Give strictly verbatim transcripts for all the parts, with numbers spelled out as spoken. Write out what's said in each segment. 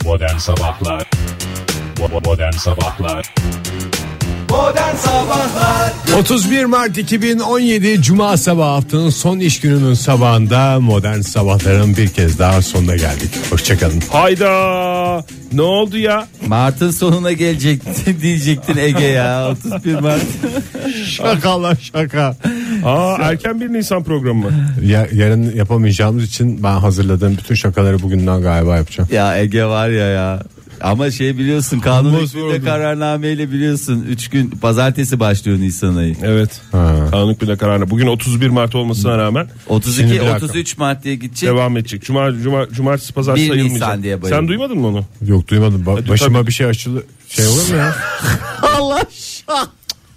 Modern Sabahlar Modern Sabahlar Modern Sabahlar otuz bir Mart iki bin on yedi Cuma sabahı, haftanın son iş gününün sabahında Modern Sabahların bir kez daha sonuna geldik. Hoşçakalın. Hayda, ne oldu ya? Mart'ın sonuna gelecektin diyecektin Ege ya. otuz bir Mart. Şaka lan şaka. Aa, erken bir Nisan programı mı? Ya, yarın yapamayacağımız için ben hazırladığım bütün şakaları bugünden galiba yapacağım. Ya Ege var ya ya. Ama şey biliyorsun, kanun hükmünde kararnameyle biliyorsun üç gün pazartesi başlıyor Nisan ayı. Evet. Ha. Kanun hükmünde kararname. Bugün otuz bir Mart olmasına rağmen otuz iki otuz üç Mart diye gidecek. devam edecek. Cuma, cuma cumartesi pazar bir sayılmayacak. Nisan diye bayıldım. Sen duymadın mı onu? Yok duymadım. Ba- Hadi, başıma tabii. bir şey açıldı. Şey olur mu ya? Allah şah.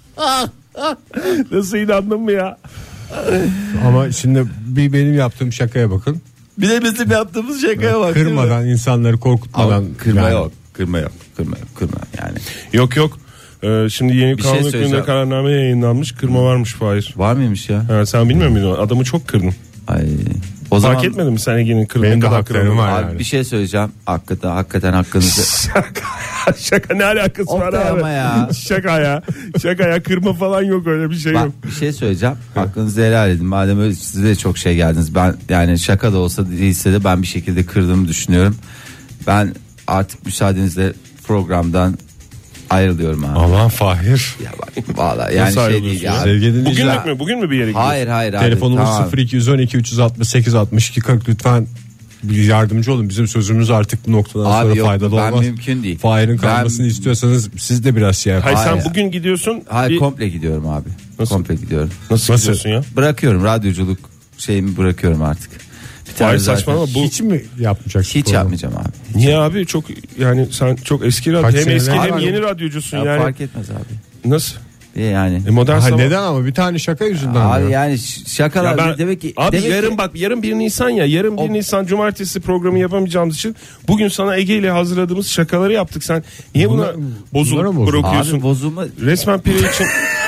Nasıl inandın mı ya? Ama şimdi bir benim yaptığım şakaya bakın. Bir de bizim yaptığımız şakaya bak. Kırmadan, insanları korkutmadan. Ama kırma yani. yok. Kırma yok. Kırma yok. Kırma yani. Yok yok. Ee, şimdi yeni Bir şey kanun hükmünde söyleyeceğim. kararname yayınlanmış. Kırma varmış Fahir. Var mıymış ya? Ha, sen bilmiyor muydun? Adamı çok kırdın. Ay. O Fark zaman etmedin mi sen Ege'nin kırdığını? Benim de kadar haklarım kırıldığını? var. abi yani. bir şey söyleyeceğim. Hakikaten hakikaten hakkınızı. Şaka, şaka ne alakası var Oktay abi? ama ya. Şaka ya. Şaka ya, kırma falan yok, öyle bir şey yok. Bak bir şey söyleyeceğim. Hakkınızı helal edin. Madem öyle, size de çok şey geldiniz. Ben yani şaka da olsa değilse de ben bir şekilde kırdığımı düşünüyorum. Ben artık müsaadenizle programdan ayrılıyorum abi. Aman Fahir. Ya bak valla yani Nasıl şey değil ya. ayrılıyorsun Sevgili dinleyiciler. Bugünlük mü? Bugün mü bir yere gidiyorsun? Hayır hayır abi. Telefonumuz tamam. sıfır iki yüz on iki üç yüz altmış sekiz altmış iki kırk, lütfen bir yardımcı olun. Bizim sözümüz artık bu noktadan Abi sonra yok, faydalı ben olmaz. mümkün değil. Fahir'in Ben- kalmasını istiyorsanız siz de biraz şey yapın. Hayır, sen Hayır. bugün gidiyorsun. Hayır bir- komple gidiyorum abi. Nasıl? Komple gidiyorum. Nasıl, Nasıl? gidiyorsun ya? Bırakıyorum radyoculuk şeyimi bırakıyorum artık. Bir tane Hayır, zaten- saçmalama, bu Hiç mi yapmayacaksın? Hiç program? yapmayacağım abi. Niye abi, çok yani sen çok eski radyo, Kaç hem seneler eski hem var? yeni radyocusun Ya yani. fark etmez abi. Nasıl? E yani. E modern Ha, sabah. neden ama bir tane şaka yüzünden Abi mi? yani ş- şakalar Ya ben, demek ki abi demek yarın ki, bak, yarın bir Nisan ya, yarın bir O- Nisan cumartesi programı yapamayacağımız için bugün sana Ege ile hazırladığımız şakaları yaptık. Sen niye buna Bunlar- bunlara bozulup mı bozuldun? bırakıyorsun? abi bozulma Resmen pire için.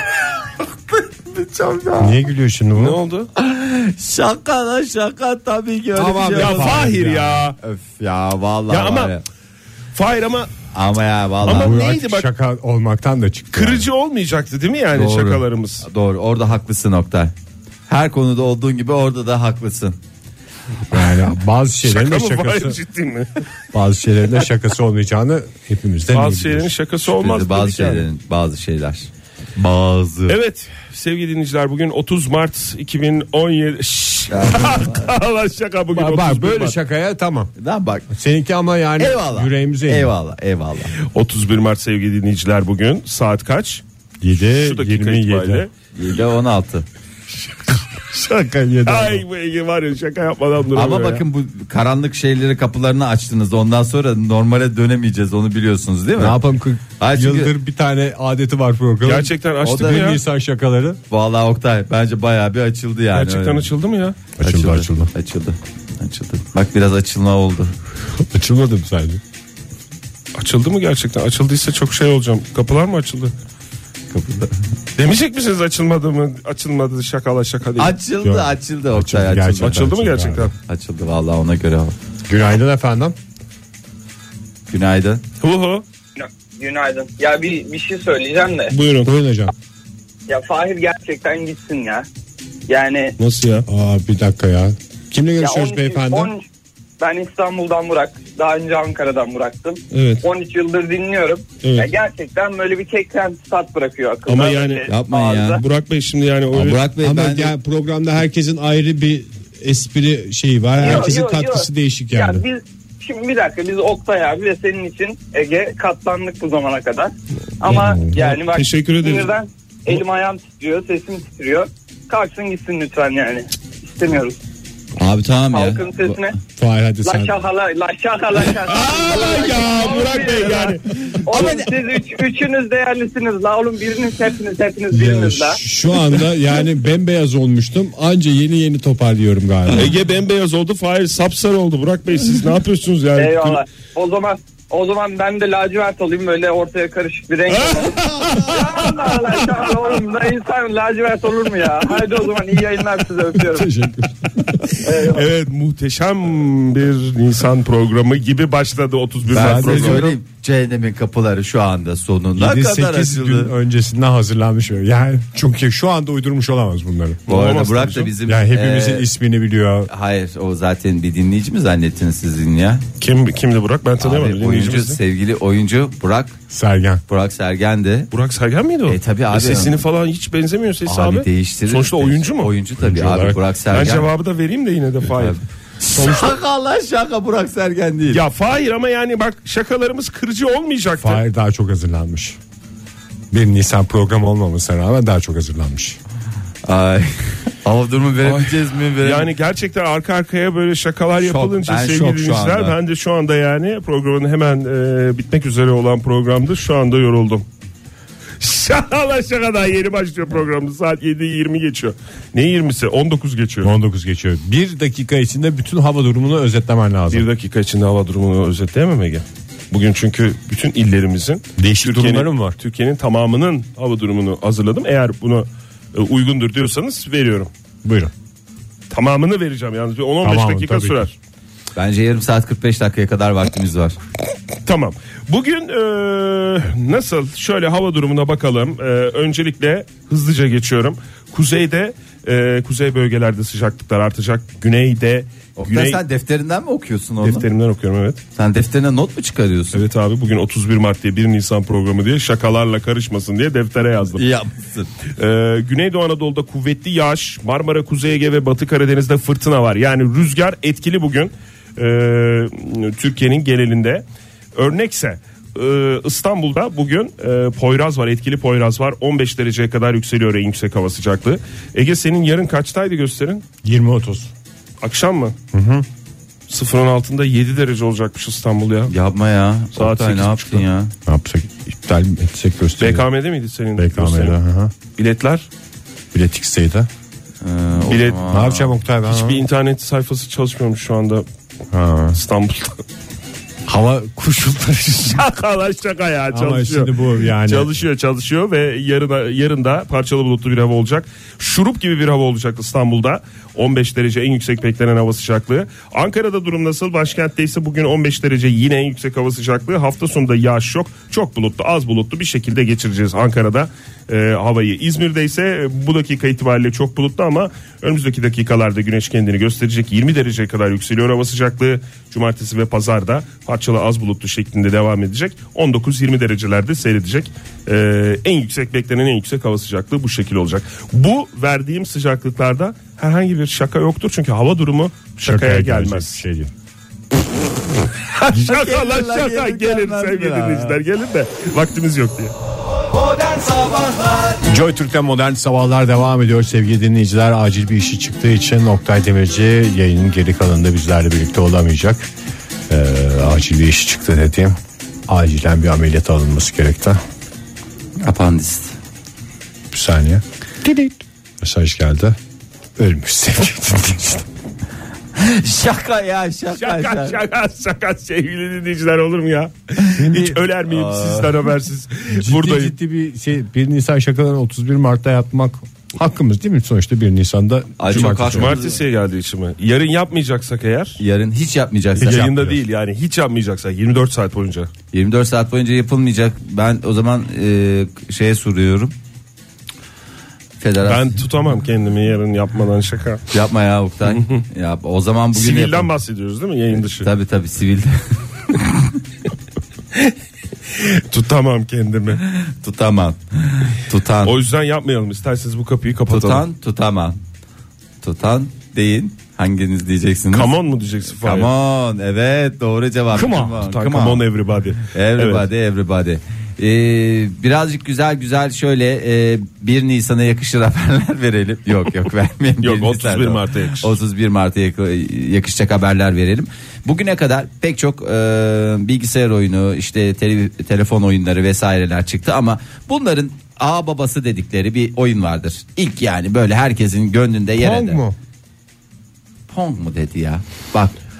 Niye gülüyor şimdi bu? Ne oldu? şaka lan şaka tabii ki öyle Tamam bir şey Ya olmaz. Fahir ya. Öf ya vallahi Ya ama var ya. Fahir ama ama ya vallahi Ama Bu neydi artık bak- şaka olmaktan da çıktı. kırıcı olmayacaktı değil mi yani Doğru. şakalarımız? doğru orada haklısın Oktay. Her konuda olduğun gibi orada da haklısın. Yani. Yani bazı şeylerin Şaka de mı şakası, Fahir, ciddi mi? bazı şeylerin de şakası olmayacağını hepimizden iyi Bazı biliyoruz. şeylerin şakası olmaz. bazı dedik yani. şeylerin bazı şeyler. Bazı. Evet sevgili dinleyiciler, bugün otuz Mart iki bin on yedi. Şşş. Allah şaka, bugün Bak, otuz bak bir böyle Mart. şakaya tamam. Lan bak. Seninki ama yani Eyvallah. yüreğimize iniyor. Eyvallah eyvallah. otuz bir Mart sevgili dinleyiciler, bugün saat kaç? yedi Şu dakika yirmi itibariyle. yedi. yedi on altı. Şaka yedi. Ay bu Ege var ya, şaka yapmadan duramıyor Ama ya. bakın bu karanlık şeyleri kapılarını açtınız. Ondan sonra normale dönemeyeceğiz, onu biliyorsunuz değil mi? Ne yapalım ki Hayır, çünkü- yıldır bir tane adeti var programın. Gerçekten açtı O da mı Bir ya? Nisan şakaları. Vallahi Oktay bence bayağı bir açıldı yani. Gerçekten öyle. açıldı mı ya? Açıldı, açıldı. Açıldı. Açıldı. Bak biraz açılma oldu. Açılmadı mı sadece? Açıldı mı gerçekten? Açıldıysa çok şey olacağım. Kapılar mı açıldı? Kapıda. Demeyecek misiniz açılmadı mı? Açılmadı, şakala şaka değil. Açıldı, Yok. açıldı Oktay. Açıldı, Açıldı, gerçekten. Açıldı mı Açıldı gerçekten? açıldı vallahi, ona göre. o. Günaydın efendim. Günaydın. Hu hu. Günaydın. Ya bir bir şey söyleyeceğim de. Buyurun. Buyurun hocam. Ya Fahir gerçekten gitsin ya. Yani Nasıl ya? Aa, bir dakika ya. Kimle ya görüşüyoruz on- beyefendi? on- ben İstanbul'dan Burak. Daha önce Ankara'dan bıraktım. Evet. on üç yıldır dinliyorum. Evet. Ya gerçekten böyle bir kekten tat bırakıyor akılda. Ama yani Böyle yapmayın ya. ağızda. Burak Bey şimdi yani Aa, öyle... Burak Bey Ama ben de- yani programda herkesin ayrı bir espri şeyi var. Yok, Herkesin yok, katkısı yok. değişik Ya yani. biz şimdi bir dakika, biz Oktay abi ve senin için Ege katlandık bu zamana kadar. Ama yani bak, Teşekkür ederiz. sinirden elim ayağım titriyor, sesim titriyor. Kalksın gitsin lütfen yani. İstemiyoruz. Abi tamam ya. Halkın sesine. Fahir hadi La sen. şahala, la şahala, la şahala. Aa, ya Burak Bey yani. Oğlum siz üç, üçünüz değerlisiniz la oğlum, biriniz hepiniz hepiniz Ya, biriniz la. şu anda yani bembeyaz olmuştum. Anca yeni yeni toparlıyorum galiba. Ege bembeyaz oldu, Fahir sapsarı oldu. Burak Bey siz ne yapıyorsunuz yani? Eyvallah. O zaman O zaman ben de lacivert olayım, böyle ortaya karışık bir renk olalım. Allah Allah oğlum, da insan lacivert olur mu ya? Haydi o zaman iyi yayınlar, size öpüyorum. Teşekkür. Evet, muhteşem bir Nisan programı gibi başladı otuz bir Ben Mart size programı. söyleyeyim, cehennemin kapıları şu anda sonuna yedi kadar sekiz gün açıldı. öncesinden hazırlanmış. Yani çünkü şu anda uydurmuş olamaz bunları. Bu arada Olamaz Burak tabii da canım. bizim Yani hepimizin e, ismini biliyor. hayır, o zaten bir dinleyici mi zannettiniz sizin ya? Kim kimdi Burak? Ben tanıyamadım. Abi, oyuncu, Dinleyicimizdi. sevgili oyuncu Burak Sergen. Burak Sergen'di. Burak Sergen miydi o? E, tabii abi. sesini falan hiç benzemiyor sesi abi. Abi değiştirir. Sonuçta oyuncu mu? Oyuncu tabii Oyuncu abi, olarak. Burak Ben Sergen. cevabı da vereyim de yine de Fahir. Şaka Allah şaka, Burak Sergen değil. Ya Fahir, ama yani bak, şakalarımız kırıcı olmayacaktı. Fahir daha çok hazırlanmış. Bir Nisan programı olmamasına rağmen daha çok hazırlanmış. Ay. Hava durumu veremeyeceğiz mi? Veremeyeceğiz. Yani gerçekten arka arkaya böyle şakalar Şok, yapılınca ben sevgili şok şu dinleyiciler, anda. ben de şu anda yani programın hemen e, bitmek üzere olan programdı. Şu anda yoruldum. Şaka şaka, daha yeni başlıyor programımız. Saat yedi yirmi geçiyor. Ne yirmisi? on dokuz geçiyor. on dokuz geçiyor. Bir dakika içinde bütün hava durumunu özetlemen lazım. Bir dakika içinde hava durumunu özetleyemem Ege. Bugün çünkü bütün illerimizin Değişik Türkiye'nin- durumları mı var? Türkiye'nin tamamının hava durumunu hazırladım. Eğer bunu e, uygundur diyorsanız veriyorum. Buyurun. Tamamını vereceğim yalnız. on on beş Tamamı, dakika tabii sürer. ki. Bence yarım saat kırk beş dakikaya kadar vaktimiz var. Tamam. Bugün e, nasıl? Şöyle hava durumuna bakalım. E, öncelikle hızlıca geçiyorum. Kuzeyde, e, kuzey bölgelerde sıcaklıklar artacak. Güneyde, Oktay, güney sen defterinden mi okuyorsun onu? defterimden okuyorum, evet. Sen defterine not mu çıkarıyorsun? Evet abi, bugün otuz bir Mart diye, bir Nisan programı diye, şakalarla karışmasın diye deftere yazdım. İyi yapmışsın. Ee, Güneydoğu Anadolu'da kuvvetli yağış, Marmara, Kuzey Ege ve Batı Karadeniz'de fırtına var. Yani rüzgar etkili bugün ee, Türkiye'nin genelinde. Örnekse e, İstanbul'da bugün e, Poyraz var, etkili Poyraz var. on beş dereceye kadar yükseliyor en yüksek hava sıcaklığı. Ege, senin yarın kaçtaydı gösterin? yirmi otuz. Akşam mı? Hı hı. sıfırın altında yedi derece olacakmış İstanbul ya. Yapma ya. Saat Oktay, ne sekiz yaptın buçukta. ya? Ne yapsak? İptal mi etsek gösterelim. B K M'de miydi senin? B K M'de. gösterin? hı hı. Biletler? Bilet X'teydi. Ee, o Bilet- zaman- Ne yapacağım Oktay ben? Hiçbir internet sayfası çalışmıyormuş şu anda Ha. İstanbul'da. Hava koşulları. Şaka lan şaka ya, Ama çalışıyor. şimdi bu yani. Çalışıyor çalışıyor ve yarın, yarın da parçalı bulutlu bir hava olacak. Şurup gibi bir hava olacak İstanbul'da. on beş derece en yüksek beklenen hava sıcaklığı. Ankara'da durum nasıl? Başkentte ise bugün on beş derece yine en yüksek hava sıcaklığı. Hafta sonunda yağış yok. Çok bulutlu, az bulutlu bir şekilde geçireceğiz Ankara'da e, havayı. İzmir'de ise e, bu dakika itibariyle çok bulutlu ama önümüzdeki dakikalarda güneş kendini gösterecek. yirmi dereceye kadar yükseliyor hava sıcaklığı. Cumartesi ve pazarda parçalı az bulutlu şeklinde devam edecek. on dokuz yirmi derecelerde seyredecek. E, en yüksek beklenen en yüksek hava sıcaklığı bu şekilde olacak. Bu verdiğim sıcaklıklarda herhangi bir şaka yoktur çünkü hava durumu şakaya, gelmez. Şey değil. Şaka lan Gelir lan, şaka gelir, gelin gelmez sevgili ya. dinleyiciler, gelin de vaktimiz yok diye. Modern Sabahlar Joy Türk'te modern sabahlar devam ediyor sevgili dinleyiciler. Acil bir işi çıktığı için Oktay Demirci yayının geri kalanında bizlerle birlikte olamayacak. Ee, acil bir işi çıktı dediğim, acilen bir ameliyat alınması gerekti. Apandist. Bir saniye. Mesaj geldi. Ölmüş sevgili dinleyiciler. Şaka ya şaka. Şaka şaka şaka sevgili dinleyiciler, olur mu ya? Hiç öler miyim sizden habersiz? Ciddi Buradayım. ciddi bir şey, bir Nisan şakalarını otuz bir Mart'ta yapmak hakkımız değil mi? Sonuçta bir Nisan'da Ay, çok cumartesi. haklı. Cumartesiye geldi içime. Yarın yapmayacaksak eğer, Yarın hiç yapmayacaksın. yayında yapmıyoruz. değil yani, hiç yapmayacaksak yirmi dört saat boyunca. yirmi dört saat boyunca yapılmayacak. Ben o zaman e, şeye soruyorum. Federasyon. Ben tutamam kendimi yarın yapmadan şaka. Yapma ya Oktay. ya o zaman bugün Sivilden yapın. bahsediyoruz değil mi, yayın dışı? Tabii tabii sivilde. Tutamam kendimi. Tutamam. Tutan. O yüzden yapmayalım, isterseniz bu kapıyı kapatalım. Tutan tutamam. Tutan deyin. Hanginiz diyeceksiniz? Come on mu diyeceksin? Fahir? Come on. Evet doğru cevap. Come on. Tutan, come on everybody. Everybody Evet. everybody. Ee, birazcık güzel güzel şöyle e, bir Nisan'a yakışır haberler verelim. Yok yok vermeyelim. Yok, Bir otuz bir Nisan'da. Mart'a yakışır. otuz bir Mart'a yak- yakışacak haberler verelim. Bugüne kadar pek çok e, bilgisayar oyunu, işte tele- telefon oyunları vesaireler çıktı ama bunların ağ babası dedikleri bir oyun vardır. İlk yani böyle herkesin gönlünde yer Pong eder. mu? Pong mu dedi ya? Bak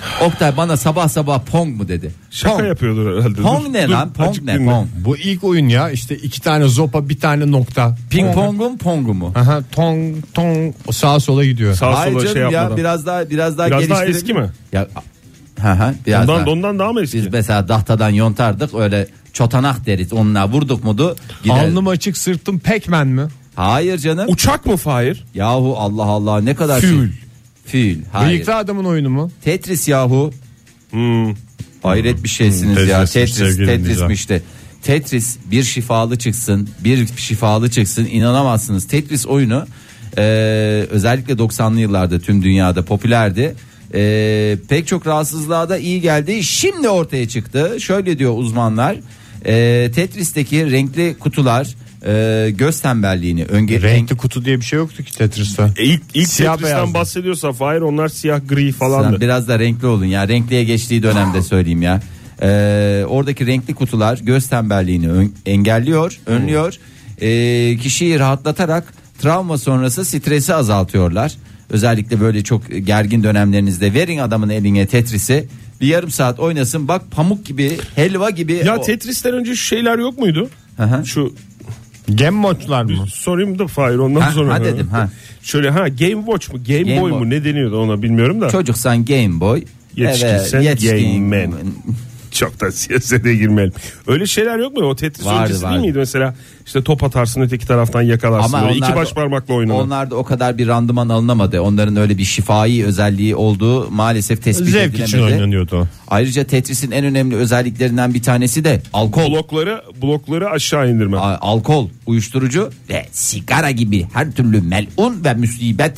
Oktay bana sabah sabah Pong mu dedi? Şaka Pong. yapıyordur herhalde. Pong Dur, ne dur, lan? Pong azıcık ne? dinle. Pong. Bu ilk oyun ya, işte iki tane zopa bir tane nokta. Ping pong'un Pong'u mu? Aha, tong tong sağa sola gidiyor. Sağ Hayır sola canım şey ya yapmadan. biraz daha biraz daha Biraz daha geliştirebilir- eski mi? Ya ha ha biraz Ondan, daha. ondan daha mı eski? Biz mesela dahtadan yontardık öyle çotanak deriz onunla vurduk mudu gider. Alnım açık sırtım pekmen mi? Hayır canım. Uçak mı Fahir? Yahu Allah Allah ne kadar Fül. şey. Fül. Hayır. Bıyıklı adamın oyunu mu? Tetris yahu. Hmm. Hayret bir şeysiniz Hmm, ya. Tetris'miş Tetris, sevgili Tetris dinleyiciler. mi işte. Tetris bir şifalı çıksın, bir şifalı çıksın inanamazsınız. Tetris oyunu e, özellikle doksanlı yıllarda tüm dünyada popülerdi. E, pek çok rahatsızlığa da iyi geldi. Şimdi ortaya çıktı. Şöyle diyor uzmanlar. E, Tetris'teki renkli kutular e, göz tembelliğini önge Renkli kutu diye bir şey yoktu ki Tetris'te. E ilk ilk Siyah Tetris'ten beyazdı. bahsediyorsa Fahir onlar siyah gri Sen falandı. biraz da renkli olun ya. Renkliye geçtiği dönemde söyleyeyim ya. Ee, oradaki renkli kutular göz tembelliğini ön- engelliyor, önlüyor. Ee, kişiyi rahatlatarak travma sonrası stresi azaltıyorlar. Özellikle böyle çok gergin dönemlerinizde verin adamın eline Tetris'i. Bir yarım saat oynasın bak pamuk gibi, helva gibi. Ya O- Tetris'ten önce şu şeyler yok muydu? Hı hı. Şu Game Watch'lar mı? sorayım da Fahir ondan Ha, sonra. ha dedim, ha. Şöyle ha Game Watch mu Game, Game Boy Boy. mu ne deniyordu ona bilmiyorum da. Çocuksan Game Boy. Yetişkinsen evet, yetişkin- Game Man. Çok da siyasete girmeyelim. Öyle şeyler yok mu? O Tetris Vardı, öncesi vardı. değil miydi mesela? İşte top atarsın öteki taraftan yakalarsın. Ama Böyle iki onlar baş da- parmakla oynanan. Onlarda o kadar bir randıman alınamadı. Onların öyle bir şifai özelliği olduğu maalesef tespit Zevk edilemedi. için oynanıyordu o. Ayrıca Tetris'in en önemli özelliklerinden bir tanesi de alkol. Blokları blokları aşağı indirme. A- alkol, uyuşturucu ve sigara gibi her türlü melun ve musibet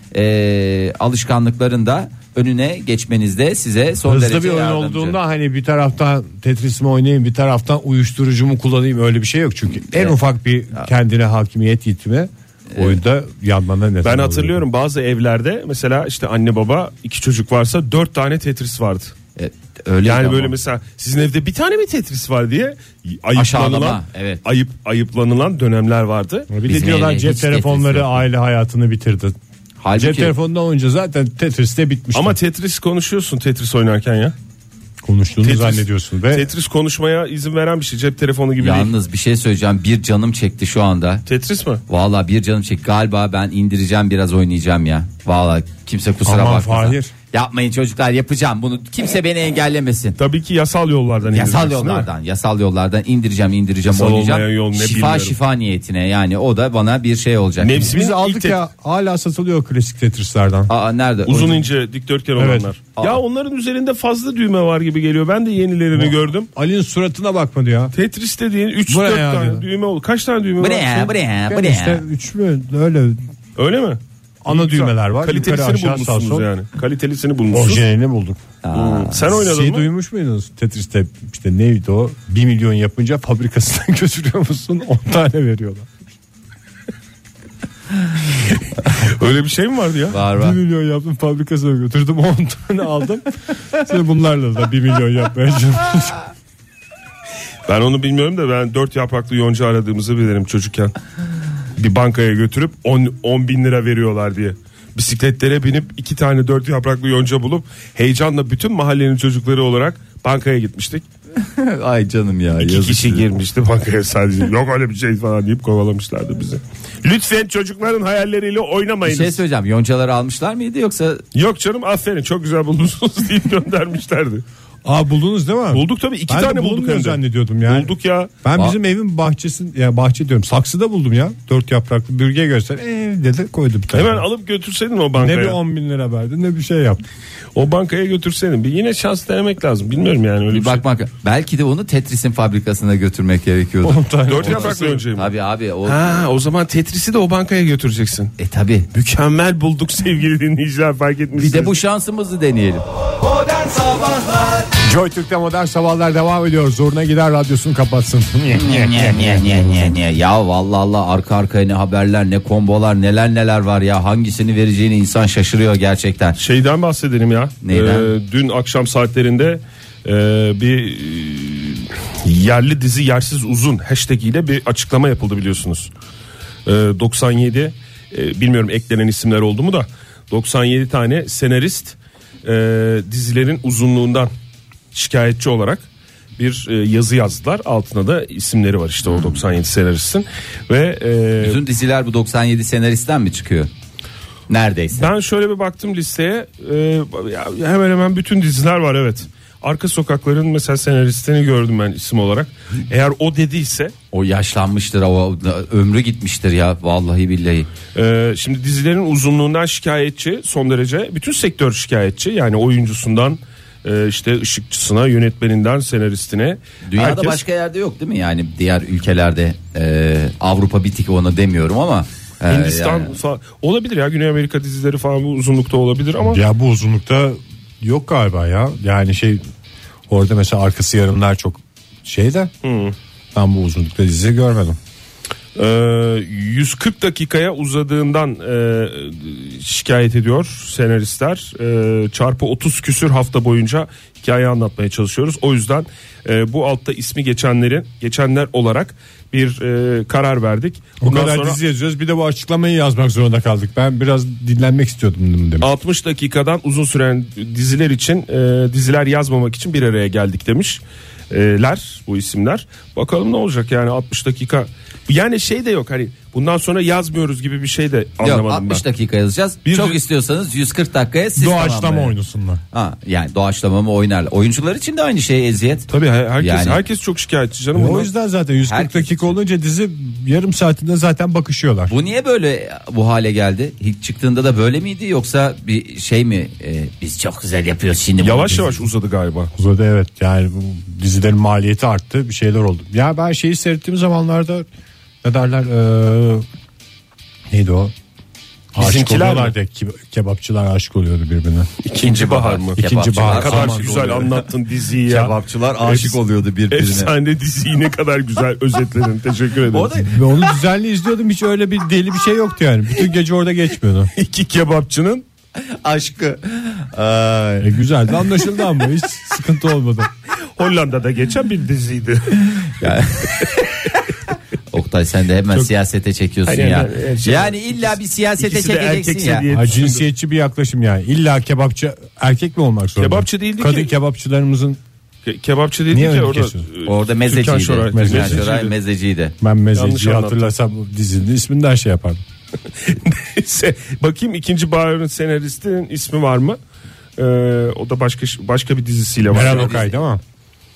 e, alışkanlıklarında önüne geçmenizde size son Hızlı derece bir oyun yardımcı. olduğunda hani bir taraftan Tetris'imi oynayayım bir taraftan uyuşturucumu kullanayım öyle bir şey yok çünkü. En Evet. ufak bir kendine hakimiyet yitimi oyunda yanmana neden Ben oluyor. hatırlıyorum bazı evlerde mesela işte anne baba iki çocuk varsa dört tane Tetris vardı. Evet, öyle Yani ama. böyle mesela sizin evde bir tane mi Tetris var diye ayıplanılan Aşağılama, evet. ayıp ayıplanılan dönemler vardı. Bir de Bizim diyorlar evde cep hiç telefonları Tetris yok. aile hayatını bitirdi. Halbuki- Cep telefonundan önce zaten Tetris'te bitmişti. Ama Tetris konuşuyorsun Tetris oynarken ya. konuştuğunu Tetris- zannediyorsun ve Tetris konuşmaya izin veren bir şey cep telefonu gibi değil. Yalnız bir şey söyleyeceğim. Bir canım çekti şu anda. Tetris mi? Valla bir canım çekti. Galiba ben indireceğim biraz oynayacağım ya. Valla kimse kusura Aman bakmasın. Fahir. Yapmayın çocuklar yapacağım bunu. Kimse beni engellemesin. Tabii ki yasal yollardan Yasal indireceksin, değil mi? yollardan, yasal yollardan indireceğim, indireceğim, Yasal oynayacağım. olmayan yol ne şifa bilmiyorum. şifa niyetine yani o da bana bir şey olacak. Nefsi- biz ilk aldık tet- ya hala satılıyor klasik Tetris'lerden. Aa nerede? Uzun Oyun- ince dikdörtgen Evet. olanlar. Aa. Ya onların üzerinde fazla düğme var gibi geliyor. Ben de yenilerini gördüm. Ali'nin suratına bakmadı ya. Tetris dediğin üç Bu ne dört ya tane diyor. düğme oldu. Kaç tane düğme Bu var? ne ya? Bu ne ya? Bu Yani ne işte ya? üç mü öyle Öyle mi? ana Güzel. düğmeler var. Yukarı Kalitesini aşağı sağ bulmuşsunuz sol. yani. Kalitesini bulmuşsunuz. Orijinalini bulduk. Aa, Sen oynadın Şey mı? duymuş muydunuz? Tetris'te işte neydi o? bir milyon yapınca fabrikasına götürüyor musun? on tane veriyorlar. Öyle bir şey mi vardı ya? var bir var. milyon yaptım fabrikasına götürdüm on tane aldım. Şimdi bunlarla da bir milyon yapmaya çalışıyorum. Ben onu bilmiyorum da ben dört yapraklı yonca aradığımızı bilirim çocukken. Bir bankaya götürüp on bin lira veriyorlar diye. Bisikletlere binip iki tane dört yapraklı yonca bulup heyecanla bütün mahallenin çocukları olarak bankaya gitmiştik. Ay canım ya. İki yazık kişi size. girmişti bankaya sadece. Yok öyle bir şey falan deyip kovalamışlardı bizi. Lütfen çocukların hayalleriyle Bir oynamayınız. şey söyleyeceğim. Yoncaları almışlar mıydı yoksa Yok canım aferin çok güzel bulmuşsunuz deyip göndermişlerdi. Aa buldunuz değil mi? Bulduk tabii iki Ben de tane bulduk bulunmuyor hem de. zannediyordum yani. Bulduk ya. Ben Aa. bizim evin bahçesin ya bahçe diyorum saksıda buldum ya. Dört yapraklı bürge göster. Eee dedi koydu bir tane. Hemen alıp götürseydin o Ne bankaya. bir on bin lira verdi ne bir şey yaptı. O bankaya götürseydin. Bir yine şans denemek lazım. Bilmiyorum yani öyle bir, bir bakmak. Belki de onu Tetris'in fabrikasına götürmek gerekiyordu. on tane. şey. Dört yapraklı önceyim. Tabii abi o Ha o zaman Tetris'i de o bankaya götüreceksin. e tabi. Mükemmel bulduk sevgili dinleyiciler fark Bir etmişsiniz. de bu şansımızı deneyelim. Modern Sabahlar Joy Türk'te modern sabahlar devam ediyor. Zoruna gider radyosunu kapatsın. Niye niye niye niye niye niye ya vallahi Allah arka arkaya ne haberler ne kombolar neler neler var ya hangisini vereceğini insan şaşırıyor gerçekten. Şeyden bahsedelim ya. Neyden? Ee, dün akşam saatlerinde e, bir e, yerli dizi Yersiz Uzun hashtag ile bir açıklama yapıldı biliyorsunuz. E, doksan yedi e, bilmiyorum eklenen isimler oldu mu da doksan yedi tane senarist e, dizilerin uzunluğundan şikayetçi olarak bir e, yazı yazdılar. Altına da isimleri var işte o doksan yedi senaristin ve e, bütün diziler bu doksan yedi senaristten mi çıkıyor? Neredeyse. Ben şöyle bir baktım listeye, e, hemen hemen bütün diziler var, evet. Arka Sokaklar'ın mesela senaristini gördüm ben isim olarak. Eğer o dediyse o yaşlanmıştır, o ömrü gitmiştir ya vallahi billahi. e, şimdi dizilerin uzunluğundan şikayetçi son derece, bütün sektör şikayetçi. Yani oyuncusundan e, işte ışıkçısına, yönetmeninden senaristine. Dünyada herkes... başka yerde yok değil mi? Yani diğer ülkelerde e, Avrupa bitik onu demiyorum ama e, Hindistan yani... falan olabilir ya, Güney Amerika dizileri falan bu uzunlukta olabilir ama Ya bu uzunlukta yok galiba ya. Yani şey, orada mesela arkası yarımlar çok şeyde. Hmm. Ben bu uzunlukta dizi görmedim. Ee, yüz kırk dakikaya uzadığından e, şikayet ediyor senaristler. E, çarpı otuz küsür hafta boyunca hikaye anlatmaya çalışıyoruz. O yüzden e, bu altta ismi geçenlerin geçenler olarak bir e, karar verdik. O Bundan kadar sonra dizi yazıyoruz, bir de bu açıklamayı yazmak zorunda kaldık. Ben biraz dinlenmek istiyordum demiş. altmış dakikadan uzun süren diziler için e, diziler yazmamak için bir araya geldik demiş. ler bu isimler. Bakalım ne olacak yani altmış dakika. Yani şey de yok, hani bundan sonra yazmıyoruz gibi bir şey de anlamadım Yok, altmış ben. dakika yazacağız. Bir Çok de- istiyorsanız yüz kırk dakikaya siz Doğaçlama tamamlayın. oynasunlar. Ha, yani doğaçlama mı oynarlar. Oyuncular için de aynı şey eziyet. Tabii her- herkes Yani- herkes çok şikayetçi canım. E, o bundan. yüzden zaten yüz kırk Herkes dakika için. olunca dizi yarım saatinde zaten bakışıyorlar. Bu niye böyle bu hale geldi? İlk çıktığında da böyle miydi yoksa bir şey mi? e, biz çok güzel yapıyoruz şimdi. bunu Yavaş biz- yavaş uzadı galiba. Uzadı, evet, yani bu dizilerin maliyeti arttı, bir şeyler oldu. Ya ben şeyi seyrettiğim zamanlarda ne derler, ee, neydi o? Aşık Bizimkiler oluyorlar da ke- kebapçılar aşık oluyordu birbirine. İkinci bahar mı? İkinci Kebapçılar bahar. Ne kadar Aman güzel oluyor. anlattın diziyi ya. Kebapçılar aşık Efs- oluyordu birbirine. Efsane diziyi ne kadar güzel özetledin. Teşekkür ederim. Orada Ve onu düzenli izliyordum, hiç öyle bir deli bir şey yoktu yani. Bütün gece orada geçmiyordu. İki kebapçının aşkı. E, güzeldi, anlaşıldı ama hiç sıkıntı olmadı. Hollanda'da geçen bir diziydi. Yani- Oktay sen de hemen siyasete çekiyorsun Hayır, ya. hayır, şey- Yani illa bir siyasete İkisi de çekeceksin erkekse ya. diye Ha, düşündüm. cinsiyetçi bir yaklaşım yani. İlla kebapçı erkek mi olmak zorunda? Kebapçı değildi Kadın ki. kebapçılarımızın, Ke- kebapçı değildi Niye ki öyle orada. kesiyorsun? e, Orada Türkan mezeciydi. Şoray. Türkan Mezeci. Şoray mezeciydi. ben Yanlış mezeciyi anlattım. hatırlasam dizinin isminden şey yapardım. Neyse, bakayım ikinci baharın senaristinin ismi var mı? Ee, o da başka başka bir dizisiyle var. Meral Okay değil mi?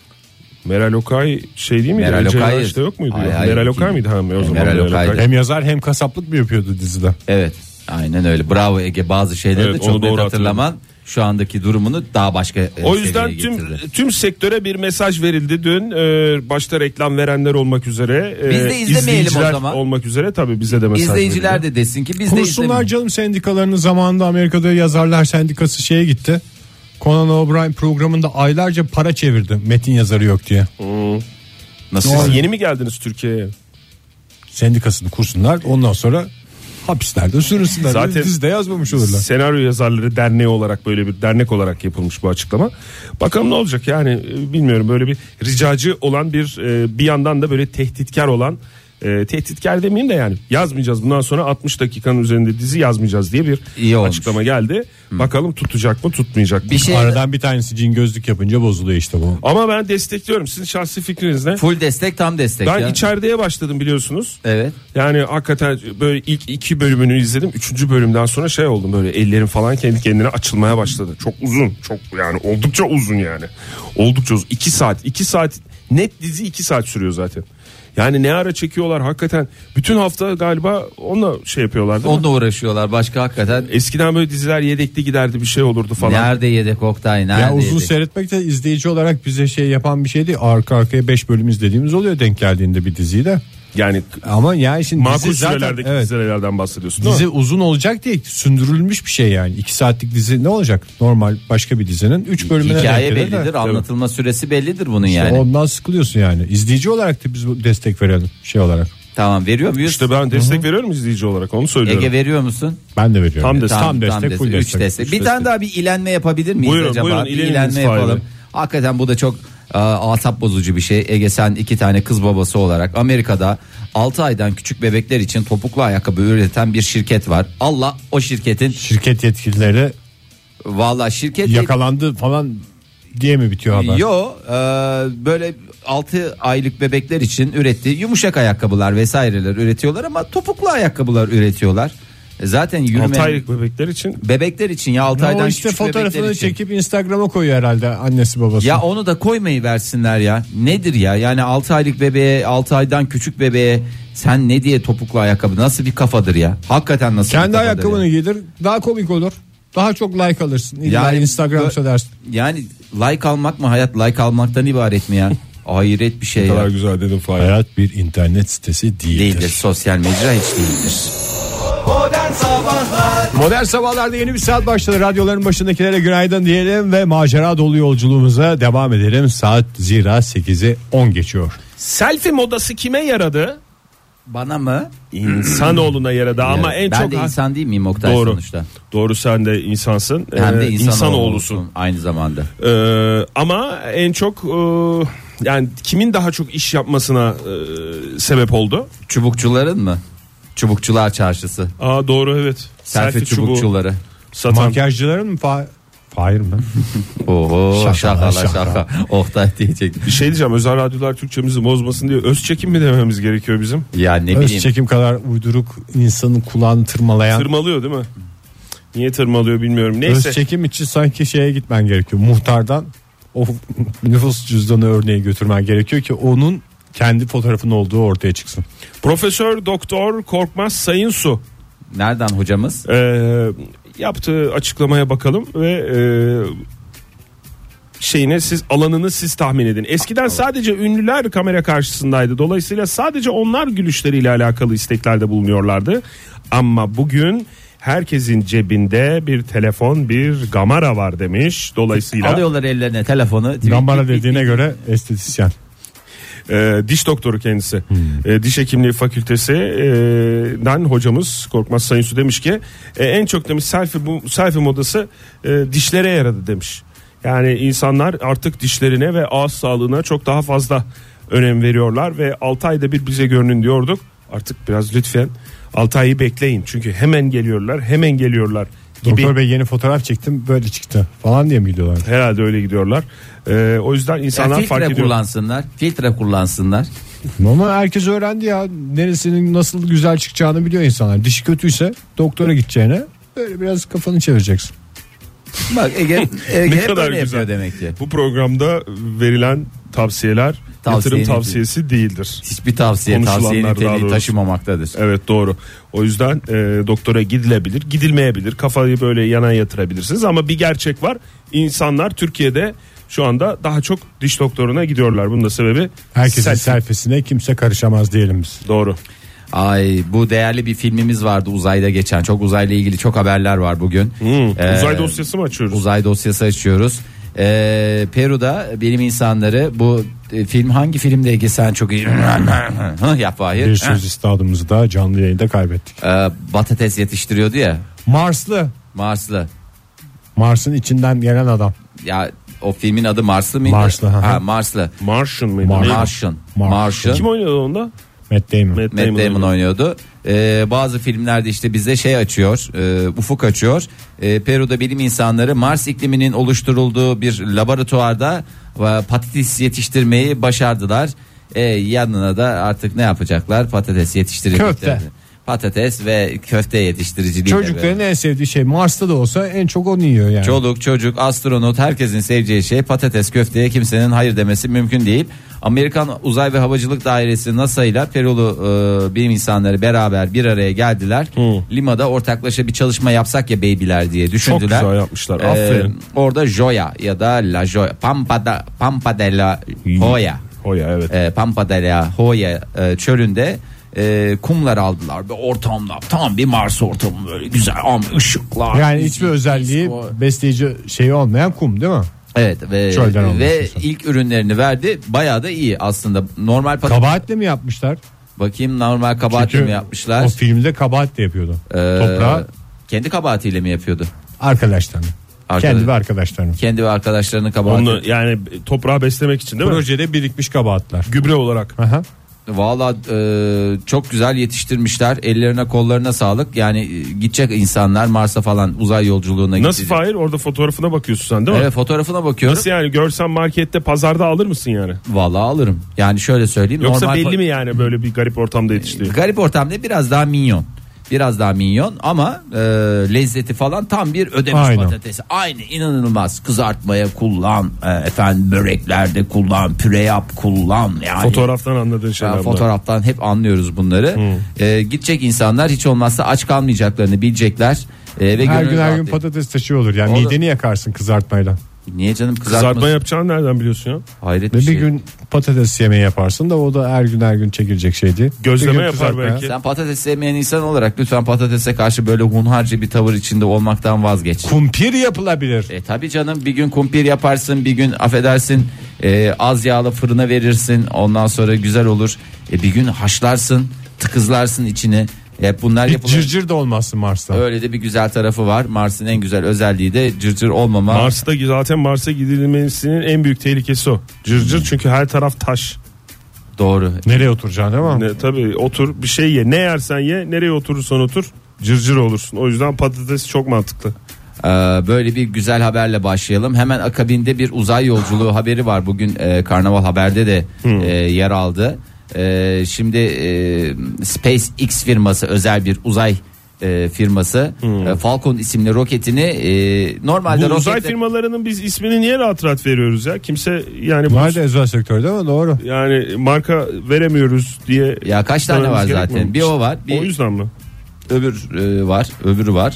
Meral Okay şey değil miydi? Meral Ece Okay- işte yok muydu? Hayır, ya? hayır, Meral ikinci- Okay mıydı? Ha, o zaman Meral Meral Okay'dı. Okay. Hem yazar hem kasaplık mı yapıyordu dizide? Evet. Aynen öyle. Bravo Ege, bazı şeyleri Evet, de çok onu net doğru hatırlaman şu andaki durumunu daha başka e, O yüzden seviyeye tüm getirdi. tüm sektöre bir mesaj verildi dün. Ee, başta reklam verenler olmak üzere, e, Biz de izlemeyelim o izleyiciler zaman. olmak üzere tabii bize de mesaj İzleyiciler verildi. de desin ki biz de Kursunlar izlemeyelim. canım sendikalarını. Zamanında Amerika'da yazarlar sendikası şeye gitti. Conan O'Brien programında aylarca para çevirdi metin yazarı yok diye. Nasıl? Siz yeni mi geldiniz Türkiye'ye? Sendikasını kursunlar, ondan sonra hapislerde sürünsünler. Zaten Dizide yazmamış olurlar. Senaryo Yazarları Derneği olarak, böyle bir dernek olarak yapılmış bu açıklama. Bakalım ne olacak yani, e, bilmiyorum, böyle bir ricacı olan bir e, bir yandan da böyle tehditkar olan, e, tehditkar demeyeyim de yani yazmayacağız bundan sonra altmış dakikanın üzerinde dizi yazmayacağız diye bir İyi olmuş. açıklama geldi. Bakalım tutacak mı tutmayacak mı? Bir şey Aradan bir tanesi cin gözlük yapınca bozuluyor işte bu. Ama ben destekliyorum. Sizin şahsi fikriniz ne? full destek, tam destek Ben ya. içerideye başladım biliyorsunuz. Evet. Yani hakikaten böyle ilk iki bölümünü izledim. Üçüncü bölümden sonra şey oldum, böyle ellerim falan kendi kendine açılmaya başladı. Çok uzun, çok yani oldukça uzun yani. Oldukça uzun. İki saat, iki saat net dizi iki saat sürüyor zaten. Yani ne ara çekiyorlar hakikaten. Bütün hafta galiba onunla şey yapıyorlar değil mi? Onunla uğraşıyorlar. Başka hakikaten Eskiden böyle diziler yedekli giderdi, bir şey olurdu falan. nerede yedek Oktay, nerede Ya uzun yedek? seyretmek de izleyici olarak bize şey yapan bir şey değil. Arka arkaya beş bölüm izlediğimiz oluyor denk geldiğinde bir diziyi de. Yani Ama yani şimdi makul dizi zaten, sürelerdeki evet, dizilerden bahsediyorsun değil dizi mi? uzun olacak diye sündürülmüş bir şey yani. iki saatlik dizi ne olacak? Normal başka bir dizinin üç bölümüne Hikaye denk gelir de. bellidir, anlatılma süresi bellidir bunun İşte yani. ondan sıkılıyorsun yani. İzleyici olarak da biz bu destek verelim şey olarak. Tamam, veriyor muyuz? İşte ben destek veriyorum izleyici olarak, onu söylüyorum. Ege, veriyor musun? Ben de veriyorum. Tam Yani. destek. Tam destek, full Üç destek. destek. Üç Bir destek. tane daha bir ilenme yapabilir miyiz Buyurun, acaba? buyurun, bir ileniniz ilenme Fahir yapalım. Bey. Hakikaten bu da çok e, asap bozucu bir şey. Ege, sen iki tane kız babası olarak Amerika'da altı aydan küçük bebekler için topuklu ayakkabı üreten bir şirket var. Allah o şirketin Şirket yetkilileri Vallahi şirket Yakalandı falan diye mi bitiyor haber? Yo e, böyle altı aylık bebekler için ürettiği yumuşak ayakkabılar vesaireler üretiyorlar ama topuklu ayakkabılar üretiyorlar. E, zaten yürüme altı aylık bebekler için. Bebekler için ya altı Ya aydan o işte küçük bebekler fotoğrafını için. çekip Instagram'a koyuyor herhalde annesi babası. Ya onu da koymayı versinler ya. Nedir ya? Yani altı aylık bebeğe, altı aydan küçük bebeğe sen ne diye topuklu ayakkabı? Nasıl bir kafadır ya? Hakikaten nasıl Kendi bir kafadır ayakkabını ya? giydir, daha komik olur. Daha çok like alırsın. İlla Yani Instagram'da bö- dersin. Yani like almak mı hayat, like almaktan ibaret mi ya? Hayret bir şey Ne ya. kadar güzel dedim Fahir. Hayat bir internet sitesi değildir. Değildir, sosyal medya hiç değildir. Modern Sabahlar. Modern sabahlarda yeni bir saat başladı. Radyoların başındakilere günaydın diyelim ve macera dolu yolculuğumuza devam edelim. Saat zira sekizi on geçiyor. Selfie modası kime yaradı? Bana mı? İnsanoğluna yaradı ama en ben çok de insan değil miyim Oktay Doğru. sonuçta? Doğru, sen de insansın. Hem de Ee, insan insanoğlusun. aynı zamanda. Ee, ama en çok e, yani kimin daha çok iş yapmasına e, sebep oldu? Çubukçuların mı? Çubukçular çarşısı. Aa doğru, evet. Selfie çubuğu çubukçuları. satan. Makyajcıların mı? Fa- Hayır mı? Oho Şaka, şaka şaka. şaka. Oktay diyecek. Bir şey diyeceğim, özel radyolar Türkçemizi bozmasın diye öz çekim mi dememiz gerekiyor bizim? Ya ne Öz bileyim. çekim kadar uyduruk insanın kulağını tırmalayan. Tırmalıyor değil mi? Niye tırmalıyor bilmiyorum. Neyse. Öz çekim için sanki şeye gitmen gerekiyor. Muhtardan o nüfus cüzdanı örneği götürmen gerekiyor ki onun kendi fotoğrafının olduğu ortaya çıksın. Profesör Doktor Korkmaz Sayınsu Nereden hocamız? e, yaptığı açıklamaya bakalım ve e, şeyine siz alanını siz tahmin edin. Eskiden sadece ünlüler kamera karşısındaydı. Dolayısıyla sadece onlar gülüşleriyle alakalı isteklerde bulunuyorlardı. Ama bugün herkesin cebinde bir telefon, bir kamera var demiş. Dolayısıyla Alıyorlar ellerine telefonu. Gambara dediğine göre estetisyen. e, diş doktoru kendisi. Hmm. E, diş hekimliği fakültesinden hocamız Korkmaz Sayınsu demiş ki e, en çok demiş selfie bu selfie modası e, dişlere yaradı demiş. Yani insanlar artık dişlerine ve ağız sağlığına çok daha fazla önem veriyorlar ve altı ayda bir bize görünün diyorduk. Artık biraz lütfen altı ayı bekleyin. Çünkü hemen geliyorlar, hemen geliyorlar gibi. Doktor Bey yeni fotoğraf çektim böyle çıktı falan diye mi gidiyorlar? Herhalde öyle gidiyorlar. Ee, o yüzden Ya insanlar fark filtre ediyor. kullansınlar. Filtre kullansınlar. Ama herkes öğrendi ya. Neresinin nasıl güzel çıkacağını biliyor insanlar. Dişi kötüyse doktora gideceğine böyle biraz kafanı çevireceksin. Bak Ege, Ege Ne hep kadar öyle güzel. yapıyor demek ki. Bu programda verilen tavsiyeler Tavsiye yatırım nedir? tavsiyesi değildir. Hiçbir tavsiye Konuşulanlar tavsiye daha niteliği doğrusu. taşımamaktadır. Evet doğru. O yüzden e, doktora gidilebilir, gidilmeyebilir. Kafayı böyle yana yatırabilirsiniz ama bir gerçek var. İnsanlar Türkiye'de şu anda daha çok diş doktoruna gidiyorlar. Bunun da sebebi Herkesin selfie. selfiesine kimse karışamaz diyelim biz. Doğru. Ay bu değerli bir filmimiz vardı uzayda geçen. Çok uzayla ilgili çok haberler var bugün. Hmm, Ee, uzay dosyası mı açıyoruz? Uzay dosyası açıyoruz. Ee, Peru'da bilim insanları bu e, film hangi filmde Ege sen çok iyi yap Fahir. Bir söz istadımızı da canlı yayında kaybettik. Ee, patates yetiştiriyordu ya Marslı. Marslı. Mars'ın içinden gelen adam. Ya o filmin adı Marslı mıydı? Marslı, hı hı. Ha Marslı. Martian mıydı? Mar- Neydi? Martian. Martian. Martian. Kim oynuyordu onda? Matt Damon. Matt Matt Damon oynuyordu. oynuyordu. Ee, bazı filmlerde işte bize şey açıyor, e, ufuk açıyor. E, Peru'da bilim insanları Mars ikliminin oluşturulduğu bir laboratuvarda e, patates yetiştirmeyi başardılar. E, yanına da artık ne yapacaklar? Patates yetiştirecekler. Köfte. Patates ve köfte yetiştiriciliği. Çocukların en sevdiği şey Mars'ta da olsa en çok onu yiyor yani. Çoluk çocuk astronot herkesin seveceği şey patates köfteye kimsenin hayır demesi mümkün değil. Amerikan Uzay ve Havacılık Dairesi NASA ile Perulu e, bilim insanları beraber bir araya geldiler. Hı. Lima'da ortaklaşa bir çalışma yapsak ya babyler diye düşündüler. güzel yapmışlar, E, aferin. orada Joya ya da La Joya Pampa, da, Pampa de la Joya Hoya evet. e, Pampa de la Joya e, çölünde e, kumlar aldılar ve ortamda tam bir Mars ortamı böyle güzel ama ışıklar. Yani müzik, hiçbir özelliği disco. besleyici şeyi olmayan kum değil mi? Evet ve, Çölden olması ve mesela. ilk ürünlerini verdi. Bayağı da iyi aslında. Normal patates. Kabahatle mi yapmışlar? Bakayım normal kabahatle Çünkü mi yapmışlar? o filmde kabahatle yapıyordu. Ee, Toprağı kendi kabahatiyle mi yapıyordu? arkadaşlarını. Arkadaş- Kendi ve arkadaşlarını. Kendi ve arkadaşlarının kabahati. Onu yani toprağı beslemek için değil mi? Projede birikmiş kabahatler. Gübre olarak. Aha. Valla e, çok güzel yetiştirmişler. Ellerine kollarına sağlık. Yani e, gidecek insanlar Mars'a falan uzay yolculuğuna Nasıl gidecek. Fahir? Orada fotoğrafına bakıyorsun sen değil mi? Evet, fotoğrafına bakıyorum. Nasıl yani, görsen markette, pazarda alır mısın yani? Valla alırım. Yani şöyle söyleyeyim. Yoksa normal belli fo- mi yani böyle bir garip ortamda yetiştiği? Garip ortamda biraz daha minyon. Biraz daha minyon ama e, lezzeti falan tam bir ödemiş Aynen. patatesi. Aynı, inanılmaz. Kızartmaya kullan, e, efendim böreklerde kullan, püre yap kullan. Yani Fotoğraftan anladığın şeyler Ya, bunlar. fotoğraftan hep anlıyoruz bunları. E, gidecek insanlar hiç olmazsa aç kalmayacaklarını bilecekler. E, ve Her gönül gün her gün rahatlayacak. patates taşı olur. Yani Olur. mideni yakarsın kızartmayla. Niye canım, kızartma? Kızartma yapacağını nereden biliyorsun ya? Hayret Ve bir bir şey. gün patates yemeği yaparsın da o da her gün her gün çekilecek şey değil. Gözleme Bir gün yapar kızartmaya. belki. Sen patates sevmeyen insan olarak lütfen patatese karşı böyle hunharca bir tavır içinde olmaktan vazgeç. Kumpir yapılabilir. E tabi canım, bir gün kumpir yaparsın, bir gün affedersin e, az yağlı fırına verirsin, ondan sonra güzel olur. E, bir gün haşlarsın, tıkızlarsın içini. Hep bunlar Bir yapılır. cırcır da olmazsın Mars'ta. Öyle de bir güzel tarafı var. Mars'ın en güzel özelliği de cırcır olmama. Mars'ta zaten Mars'a gidilmesinin en büyük tehlikesi o. Cırcır, çünkü her taraf taş. Doğru. Nereye oturacaksın değil mi? Ne, tabii otur bir şey ye. Ne yersen ye, nereye oturursan otur cırcır olursun. O yüzden patates çok mantıklı. Ee, böyle bir güzel haberle başlayalım. Hemen akabinde bir uzay yolculuğu haberi var. Bugün e, Karnaval Haber'de de e, yer aldı. E, şimdi e, SpaceX firması, özel bir uzay e, firması e, Falcon isimli roketini e, normalde Bu uzay roketle... firmalarının biz ismini niye rahat rahat veriyoruz ya? Kimse yani bu, Var da özel sektör değil mi? Doğru. yani marka veremiyoruz diye. Ya kaç tane var söylememiz zaten? gerekmiyor mu? Bir o var, bir O yüzden mi? öbür e, var, öbürü var.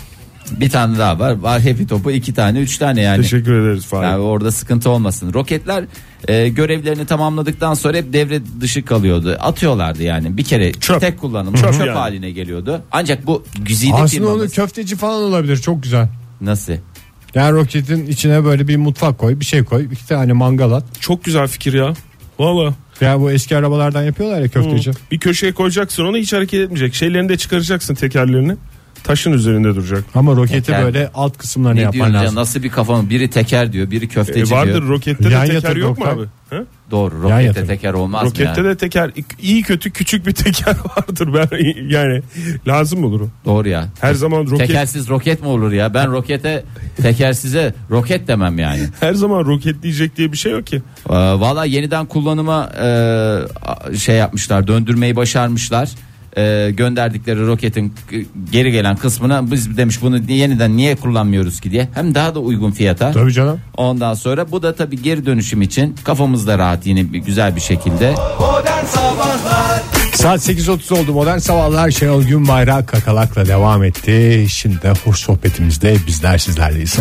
Bir tane daha var. Var Happy Top'u, iki tane, üç tane yani. Teşekkür ederiz Fahir. Yani orada sıkıntı olmasın. Roketler e, görevlerini tamamladıktan sonra hep devre dışı kalıyordu. Atıyorlardı yani. Bir kere Çöp. tek kullanım Çöp çöp, yani. haline geliyordu. Ancak bu güzide Aslında onu firmamız köfteci falan olabilir. Çok güzel. nasıl? Yani roketin içine böyle bir mutfak koy, bir şey koy, iki tane mangal at. Çok güzel fikir ya. Valla. Ya bu eski arabalardan yapıyorlar ya köfteci. Bir köşeye koyacaksın onu, hiç hareket etmeyecek. Şeylerini de çıkaracaksın, tekerlerini. Taşın üzerinde duracak. Ama roketi Teker. böyle alt kısımlarını Ne yapan diyorsun ya, lazım. nasıl bir kafam? Biri teker diyor, biri E, köfteci vardır diyor. rokette de Yan teker yatır yok mu Oktay. abi? He? Doğru, Yan rokette yatır. teker olmaz Rokette mı ya? de teker, iyi kötü küçük bir teker vardır. Ben yani lazım olur o. Doğru ya. Her zaman roket Tekersiz roket mi olur ya? Ben rokete tekersize roket demem yani. her zaman roketleyecek diye bir şey yok ki. Ee, Valla yeniden kullanıma e, şey yapmışlar, döndürmeyi başarmışlar. E, gönderdikleri roketin geri gelen kısmına biz demiş bunu yeniden niye kullanmıyoruz ki diye. Hem daha da uygun fiyata. Tabii canım. Ondan sonra bu da tabii geri dönüşüm için kafamız da rahat, yine bir güzel bir şekilde. Modern Sabahlar Saat sekiz otuz oldu. Modern Sabahlar Şenol Günbayrak kakalakla devam etti. Şimdi de hoş sohbetimizde bizler sizlerleyiz.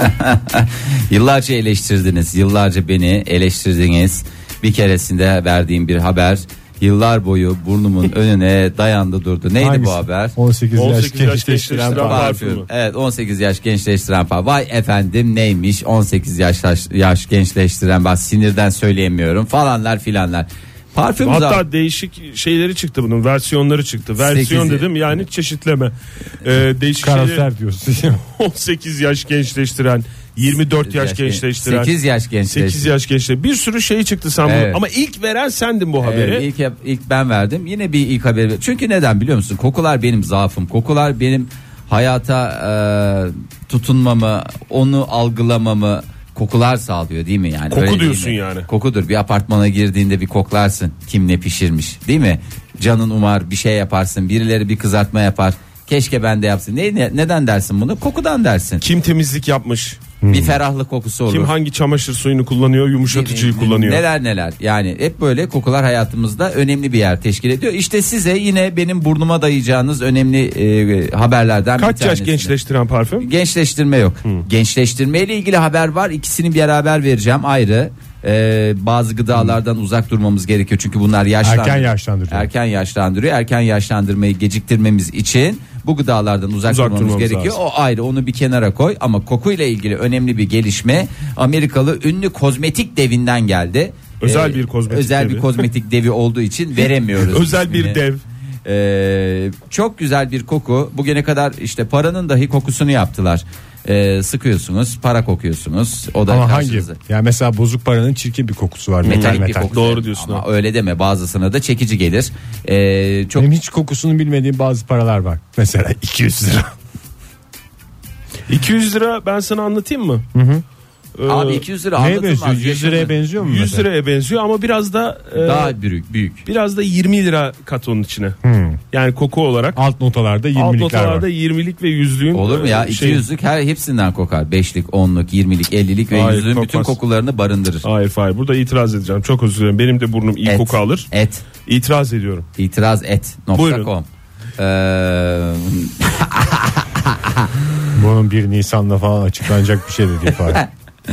Yıllarca eleştirdiniz, yıllarca beni eleştirdiniz. Bir keresinde verdiğim bir haber yıllar boyu burnumun önüne dayandı durdu. Neydi Hangisi? bu haber? on sekiz on yaş sekiz yaş gençleştiren gençleştiren parfüm. parfüm. Evet, on sekiz yaş gençleştiren parfüm. Vay efendim neymiş on sekiz yaş yaş gençleştiren, bak sinirden söyleyemiyorum falanlar filanlar. Parfüm Hatta zaten değişik şeyleri çıktı bunun, versiyonları çıktı. Versiyon Sekizi- dedim yani çeşitleme. Ee, değişik Karakter şeyleri diyorsun. on sekiz yaş gençleştiren, yirmi dört yaş gençleştiren, sekiz yaş gençleştiren. sekiz yaş gençleştiren. Bir sürü şey çıktı sen Evet. bunu. Ama ilk veren sendin bu haberi. Evet, ilk, ilk ben verdim. Yine bir ilk haberi. Çünkü neden biliyor musun? Kokular benim zaafım. Kokular benim hayata e, tutunmamı, onu algılamamı kokular sağlıyor değil mi yani? Koku Öyle değil diyorsun mi? yani. Kokudur. Bir apartmana girdiğinde bir koklarsın. Kim ne pişirmiş değil mi? Canın umar bir şey yaparsın. Birileri bir kızartma yapar. Keşke ben de yapsın. Ne, ne- neden dersin bunu? Kokudan dersin. Kim temizlik yapmış? Bir ferahlık kokusu olur. Kim hangi çamaşır suyunu kullanıyor, yumuşatıcıyı kullanıyor? Neler neler, yani hep böyle kokular hayatımızda önemli bir yer teşkil ediyor. İşte size yine benim burnuma dayayacağınız önemli e, haberlerden bir Kaç yaş tanesi. gençleştiren parfüm? Gençleştirme yok. Gençleştirme ile ilgili haber var. İkisini beraber vereceğim ayrı. Ee, bazı gıdalardan uzak durmamız gerekiyor çünkü bunlar yaşlandırıyor. Erken yaşlandırıyor. Erken yaşlandırıyor. Erken yaşlandırmayı geciktirmemiz için bu gıdalardan uzak, Uzak durmamız, durmamız gerekiyor. lazım. O ayrı, onu bir kenara koy, ama kokuyla ilgili önemli bir gelişme Amerikalı ünlü kozmetik devinden geldi. Özel bir kozmetik özel devi. bir kozmetik devi olduğu için veremiyoruz. Özel bir ismini. dev. Ee, çok güzel bir koku. Bugüne kadar işte paranın dahi kokusunu yaptılar. Ee, sıkıyorsunuz, para kokuyorsunuz. O da Ama hangi? karşınıza. Yani mesela bozuk paranın çirkin bir kokusu var. Metal Metalik bir metal. koku. Doğru diyorsun Ama abi. öyle deme, bazısına da çekici gelir. Ee, çok Benim hiç kokusunu bilmediğim bazı paralar var. Mesela iki yüz lira. iki yüz lira ben sana anlatayım mı? Hı hı. abi iki yüz lira Neye anlatılmaz. benziyor? yüz liraya Yaşını- benziyor mu? yüz mesela? liraya benziyor ama biraz da e, Daha büyük, büyük. biraz da yirmi lira kat onun içine. Yani koku olarak. Alt notalarda Alt yirmilikler notalarda var. yirmilik ve yüzlüğün. Olur mu ya? e, şey- iki yüzlük her hepsinden kokar. beşlik, onluk, yirmilik, ellilik ve Hayır, yüzlüğün bütün kokmaz. kokularını barındırır. Hayır hayır, burada itiraz edeceğim. Çok özür dilerim. Benim de burnum iyi Et, koku alır. Et, İtiraz ediyorum. itiraz et nokta Buyurun. com. Ee, Bunun bir Nisan'la falan açıklanacak bir şey de değil falan.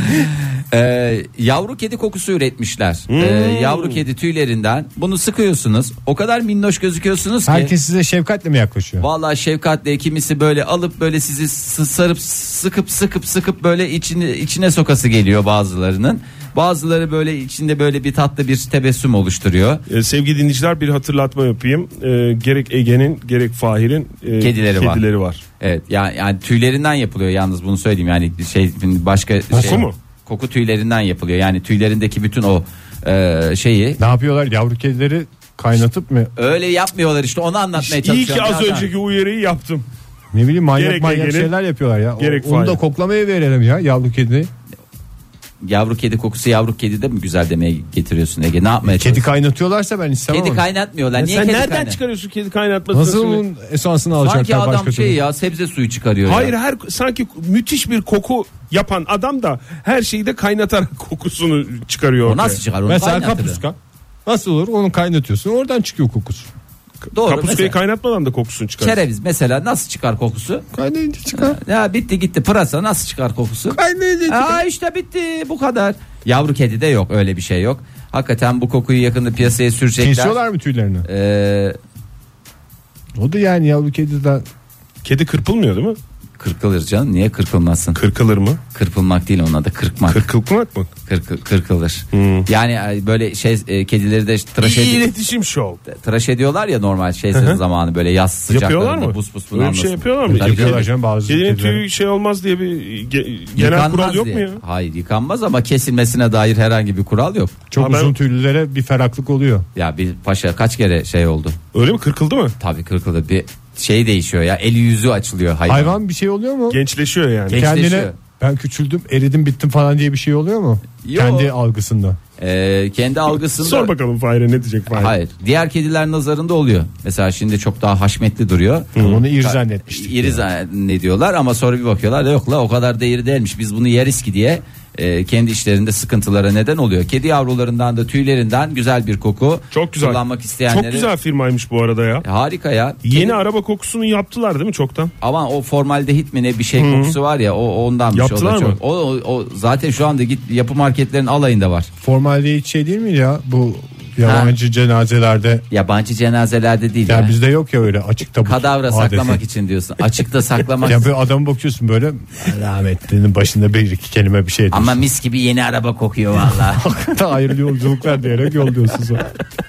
Ee, yavru kedi kokusu üretmişler. Hmm. Ee, yavru kedi tüylerinden bunu sıkıyorsunuz. O kadar minnoş gözüküyorsunuz ki. Herkes size şefkatle mi yaklaşıyor? Vallahi şefkatle, kimisi böyle alıp böyle sizi s- sarıp sıkıp sıkıp sıkıp böyle içine içine sokası geliyor bazılarının. Bazıları böyle içinde böyle bir tatlı bir tebessüm oluşturuyor. Ee, sevgili dinleyiciler, bir hatırlatma yapayım. Ee, gerek Ege'nin gerek Fahir'in e, Kedileri var. kedileri var. Evet yani, yani tüylerinden yapılıyor yalnız, bunu söyleyeyim yani şey başka Koku şey, mu? Koku tüylerinden yapılıyor. Yani tüylerindeki bütün o e, şeyi Ne yapıyorlar? Yavru kedileri kaynatıp mı? öyle yapmıyorlar işte, onu anlatmaya İyi ki çalışıyorum. az Birazdan. önceki uyarıyı yaptım. Ne bileyim manyak Gerek manyak Ege'nin, şeyler yapıyorlar ya. O- gerek Onu da Fahir. koklamaya verelim ya yavru kediyi. Yavru kedi kokusu yavru kedi de mi güzel demeye getiriyorsun Ege? Ne yapmaya Kedi çalışıyorsun? kaynatıyorlarsa ben istemem. Kedi onu. kaynatmıyorlar. Ya Niye sen kedi nereden kaynat- çıkarıyorsun kedi kaynatmasını? Nasıl şimdi? onun esansını alacaklar Sanki adam başka şey türlü? ya, sebze suyu çıkarıyor. Hayır, ya. her sanki müthiş bir koku yapan adam da her şeyi de kaynatarak kokusunu çıkarıyor O ortaya. nasıl çıkar? Onu Mesela kaynatır. kapuska. Nasıl olur? Onu kaynatıyorsun. Oradan çıkıyor kokusu. Doğru. Kapuskayı Mesela, kaynatmadan da kokusunu çıkar. kereviz mesela nasıl çıkar kokusu? Kaynayınca çıkar. Ya bitti gitti. Pırasa nasıl çıkar kokusu? Kaynayınca çıkar. Aa işte bitti, bu kadar. Yavru kedi de yok, öyle bir şey yok. Hakikaten bu kokuyu yakında piyasaya sürecekler. Kesiyorlar mı tüylerini? Ee, O da yani yavru kediden. Kedi kırpılmıyor değil mi? kırkılır canım, niye kırkılmasın? Kırkılır mı? Kırpılmak değil, onun adı kırkmak. Kırkılmak mı? Kırkı- kırkılır. Hmm. Yani e, böyle şey e, kedileri de tıraş, İyi edi- iletişim show. tıraş ediyorlar ya normal şey zamanı, böyle yaz Yapıyorlar sıcaklarında mı? bus bus Öyle bir bunalmasın. şey yapıyorlar mı? Tabii, Yapıyorlar tabii. canım bazı Kedinin kediler. tüyü şey olmaz diye bir ge- genel Yıkanmaz kural yok diye. mu ya? Hayır, yıkanmaz ama kesilmesine dair herhangi bir kural yok. Çok Ha, ben- uzun tüylülere bir ferahlık oluyor. Ya bir paşa kaç kere şey oldu. Öyle mi, kırkıldı mı? Tabii kırkıldı, bir şey değişiyor ya, eli yüzü açılıyor hayvan. Hayvan bir şey oluyor mu? Gençleşiyor yani. Genç- Kendine gençleşiyor. ben küçüldüm, eridim, bittim falan diye bir şey oluyor mu? Yok. Kendi algısında. Ee, kendi algısında. Sor bakalım Fahir'e ne diyecek Fahir. Hayır. Diğer kediler nazarında oluyor. Mesela şimdi çok daha haşmetli duruyor. Onu iri zannetmiştik. İri zannediyorlar ama sonra bir bakıyorlar da yok la, o kadar da iri değilmiş. Biz bunu yeriz ki diye e, kendi işlerinde sıkıntılara neden oluyor. Kedi yavrularından da tüylerinden güzel bir koku. Çok güzel. Kullanmak isteyenlere. Çok güzel firmaymış bu arada ya. Harika ya. Yeni Kedi- araba kokusunu yaptılar değil mi çoktan? Ama o formaldehit mi ne bir şey kokusu var ya, o ondanmış. Yaptılar o da çok. mı? O, o, o zaten şu anda git yapı marketlerin alayında var. Formalde hiç şey değil mi ya? Bu yabancı cenazelerde. Yabancı cenazelerde değil Ya ya. bizde yok ya öyle açık tabut. Kadavra adeti. saklamak için diyorsun. Açıkta saklamak. Ya bir adama bakıyorsun böyle rahmetlinin başında bir iki kelime bir şey diyorsun. Ama mis gibi yeni araba kokuyor vallahi. Hayırlı yolculuklar diyerek yolluyorsun sonra.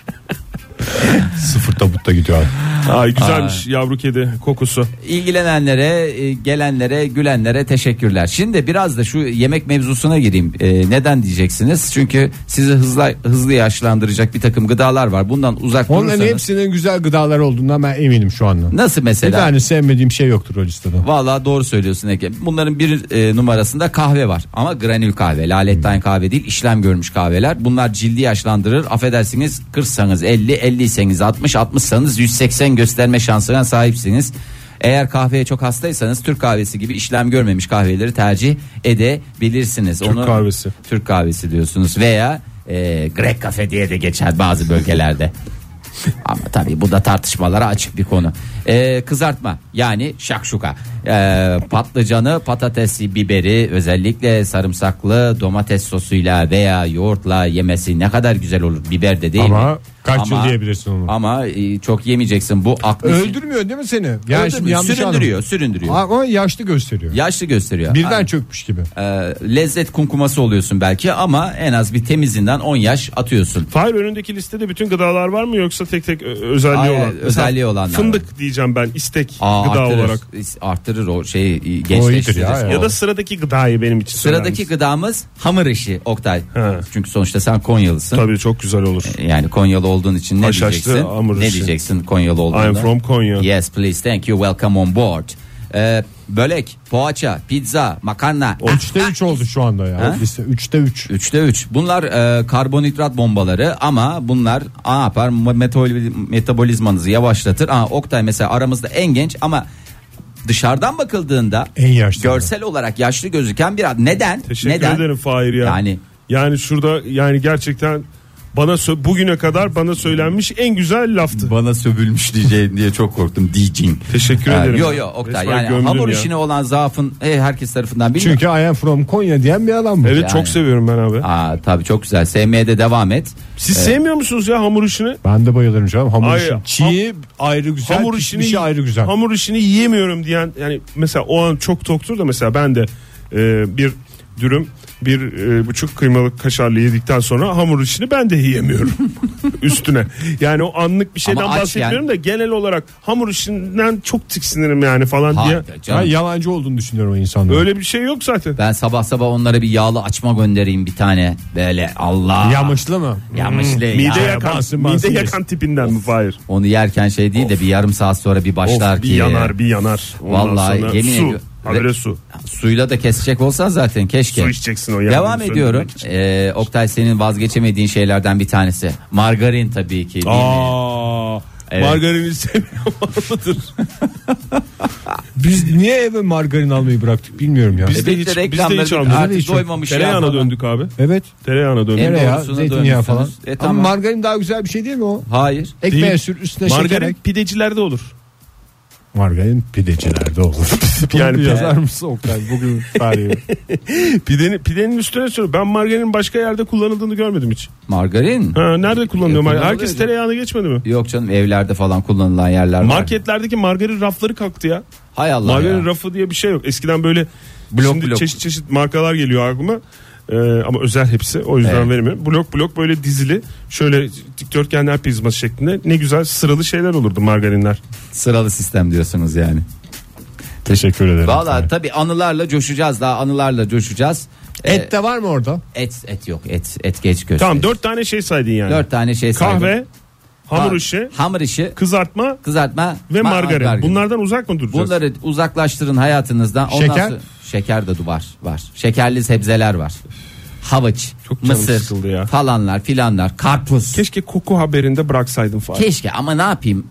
Sıfır tabutta gidiyor abi. Ay güzelmiş yavru kedi kokusu. İlgilenenlere, e, gelenlere, gülenlere teşekkürler. Şimdi biraz da şu yemek mevzusuna gireyim. E, neden diyeceksiniz? Çünkü sizi hızlı hızlı yaşlandıracak bir takım gıdalar var. Bundan uzak Onların durursanız. hepsinin güzel gıdalar olduğundan ben eminim şu anda. Nasıl Bir mesela? tane sevmediğim şey yoktur o listede. Vallahi doğru söylüyorsun Ege. Bunların bir e, numarasında kahve var. Ama granül kahve, laletten kahve değil, işlem görmüş kahveler. Bunlar cildi yaşlandırır. Affedersiniz, kırksanız elli, elliyseniz altmış, altmışsanız yüz seksen gösterme şansına sahipsiniz. Eğer kahveye çok hastaysanız Türk kahvesi gibi işlem görmemiş kahveleri tercih edebilirsiniz. Türk kahvesi. Türk kahvesi diyorsunuz veya e, Grek kafe diye de geçer bazı bölgelerde. Ama tabii bu da tartışmalara açık bir konu. Ee, kızartma yani şakşuka. Ee, patlıcanı, patatesi, biberi özellikle sarımsaklı domates sosuyla veya yoğurtla yemesi ne kadar güzel olur. Biber de değil Ama mi? kaç yıl Ama- yiyebilirsin onu? Ama e, çok yemeyeceksin. Bu aklı Öldürmüyor değil mi seni? Yani şimdi yanlış süründürüyor, anladım. süründürüyor. Ama yaşlı gösteriyor. Yaşlı gösteriyor. Birden Aynen. çökmüş gibi. Ee, lezzet kumkuması oluyorsun belki ama en az bir temizinden on yaş atıyorsun. Fahir, önündeki listede bütün gıdalar var mı yoksa tek tek ö- özelliği Hayır, olan? özelliği Mesela olanlar fındık diyeceğim ben, istek Aa, gıda arttırır, olarak. arttırır yavaşlaştırır o şeyi, O iyidir gençleştirir. ya, ya. Ya da sıradaki gıdayı benim için söyler Sıradaki misin? gıdamız hamur işi Oktay. Ha. Çünkü sonuçta sen Konyalısın. Tabii çok güzel olur. Yani Konyalı olduğun için ne Haşhaşlı diyeceksin? hamur Ne işi. diyeceksin Konyalı olduğunda? I'm from Konya. Yes please thank you welcome on board. Ee, börek, poğaça, pizza, makarna. Üçte üç oldu şu anda ya. Ha? Liste üçte üç. Üçte üç. Bunlar e, karbonhidrat bombaları ama bunlar ne yapar? Metabol- metabolizmanızı yavaşlatır. Aa, Oktay mesela aramızda en genç ama dışarıdan bakıldığında En yaşlı. görsel olarak yaşlı gözüken bir adam. Neden? Teşekkür Neden? ederim Fahir ya. Yani Yani şurada yani gerçekten bana sö- bugüne kadar bana söylenmiş en güzel laftı. bana sövülmüş diyeceğim diye çok korktum diyeceğim. Teşekkür Ha, ederim. Yo yo Oktay Resmen yani gömdün hamur ya. işine olan zaafın e, herkes tarafından bilmiyorum. Çünkü I am from Konya diyen bir adam bu. Evet Yani. çok seviyorum ben abi. Aa, tabii çok güzel. Sevmeye de devam et. Siz sevmiyor musunuz ya hamur işini? Ben de bayılırım canım. Hamur Ay, işi. ham- Çiğ ayrı güzel, hamur pişmişi işini ayrı güzel. Hamur işini yiyemiyorum diyen yani mesela o an çok toktur da mesela ben de e, bir dürüm bir e, buçuk kıymalık kaşarlı yedikten sonra hamur işini ben de yiyemiyorum üstüne. Yani o anlık bir şeyden Ama aç bahsetmiyorum yani. da genel olarak hamur işinden çok tiksinirim yani falan diye. Hayır Ben canım. yalancı olduğunu düşünüyorum o insanların. Öyle bir şey yok zaten. Ben sabah sabah onlara bir yağlı açma göndereyim bir tane. Böyle Allah. Yamışlı mı? Yamışlı. Mide ya. yakan, bansın, mide bansın yakan tipinden mi Fahir? Onu yerken şey değil de bir yarım saat sonra bir başlar Of, ki. bir yanar bir yanar. Ondan Vallahi sonra yemin su. ediyorum. Habire Ve- su. Suyla da kesecek olsan zaten keşke. Su içeceksin o yangını Devam ediyorum. söndürmek için. Ee, Oktay senin vazgeçemediğin şeylerden bir tanesi. Margarin tabii ki. değil mi? Aa, Evet. margarini sevmiyor mıdır? Biz niye eve margarin almayı bıraktık bilmiyorum ya. Biz E, de bitti hiç, biz de reklamları hiç bitti. almadık. Artık Hiç doymamış ya Tereyağına falan. döndük abi. Evet. Tereyağına döndük. En Tereyağı, doğrusuna zeytinyağı falan. dönmüşsünüz. E, Ama tamam. margarin daha güzel bir şey değil mi o? Hayır. Ekmeğe Değil. sür üstüne şeker Margarin ek. pidecilerde olur. Margarin pidecilerde olur. Yani Yani yazar pide- mısın Oktay bugün tarihi? Pidenin, pidenin üstüne sür. Ben margarinin başka yerde kullanıldığını görmedim hiç. Margarin? Ha, nerede kullanılıyor? E, margarin? kullanılıyor Herkes canım. tereyağına geçmedi mi? Yok canım evlerde falan kullanılan yerler var. Marketlerdeki margarin rafları kalktı ya. Hay Allah Margarin ya. rafı diye bir şey yok. Eskiden böyle Blok şimdi blok. çeşit çeşit markalar geliyor aklıma. Ee, ama özel hepsi. O yüzden Evet. veremiyorum. Blok blok böyle dizili şöyle dikdörtgenler prizması şeklinde ne güzel sıralı şeyler olurdu margarinler. Sıralı sistem diyorsunuz yani. Teşekkür ederim. Valla tabii anılarla coşacağız daha anılarla coşacağız. Et de var mı orada? Et et yok et et geç göster. Tamam dört tane şey saydın yani. Dört tane şey saydım. Kahve, hamur Ha- işi, hamur işi, kızartma kızartma ve ma- margarin. Bunlardan uzak mı duracağız? Bunları uzaklaştırın hayatınızdan. Ondan Şeker? sonra- şeker de var var. Şekerli sebzeler var. Havuç, Çok canım mısır sıkıldı ya. falanlar filanlar, karpuz. Keşke, Keşke koku haberinde bıraksaydın falan. ama ne yapayım?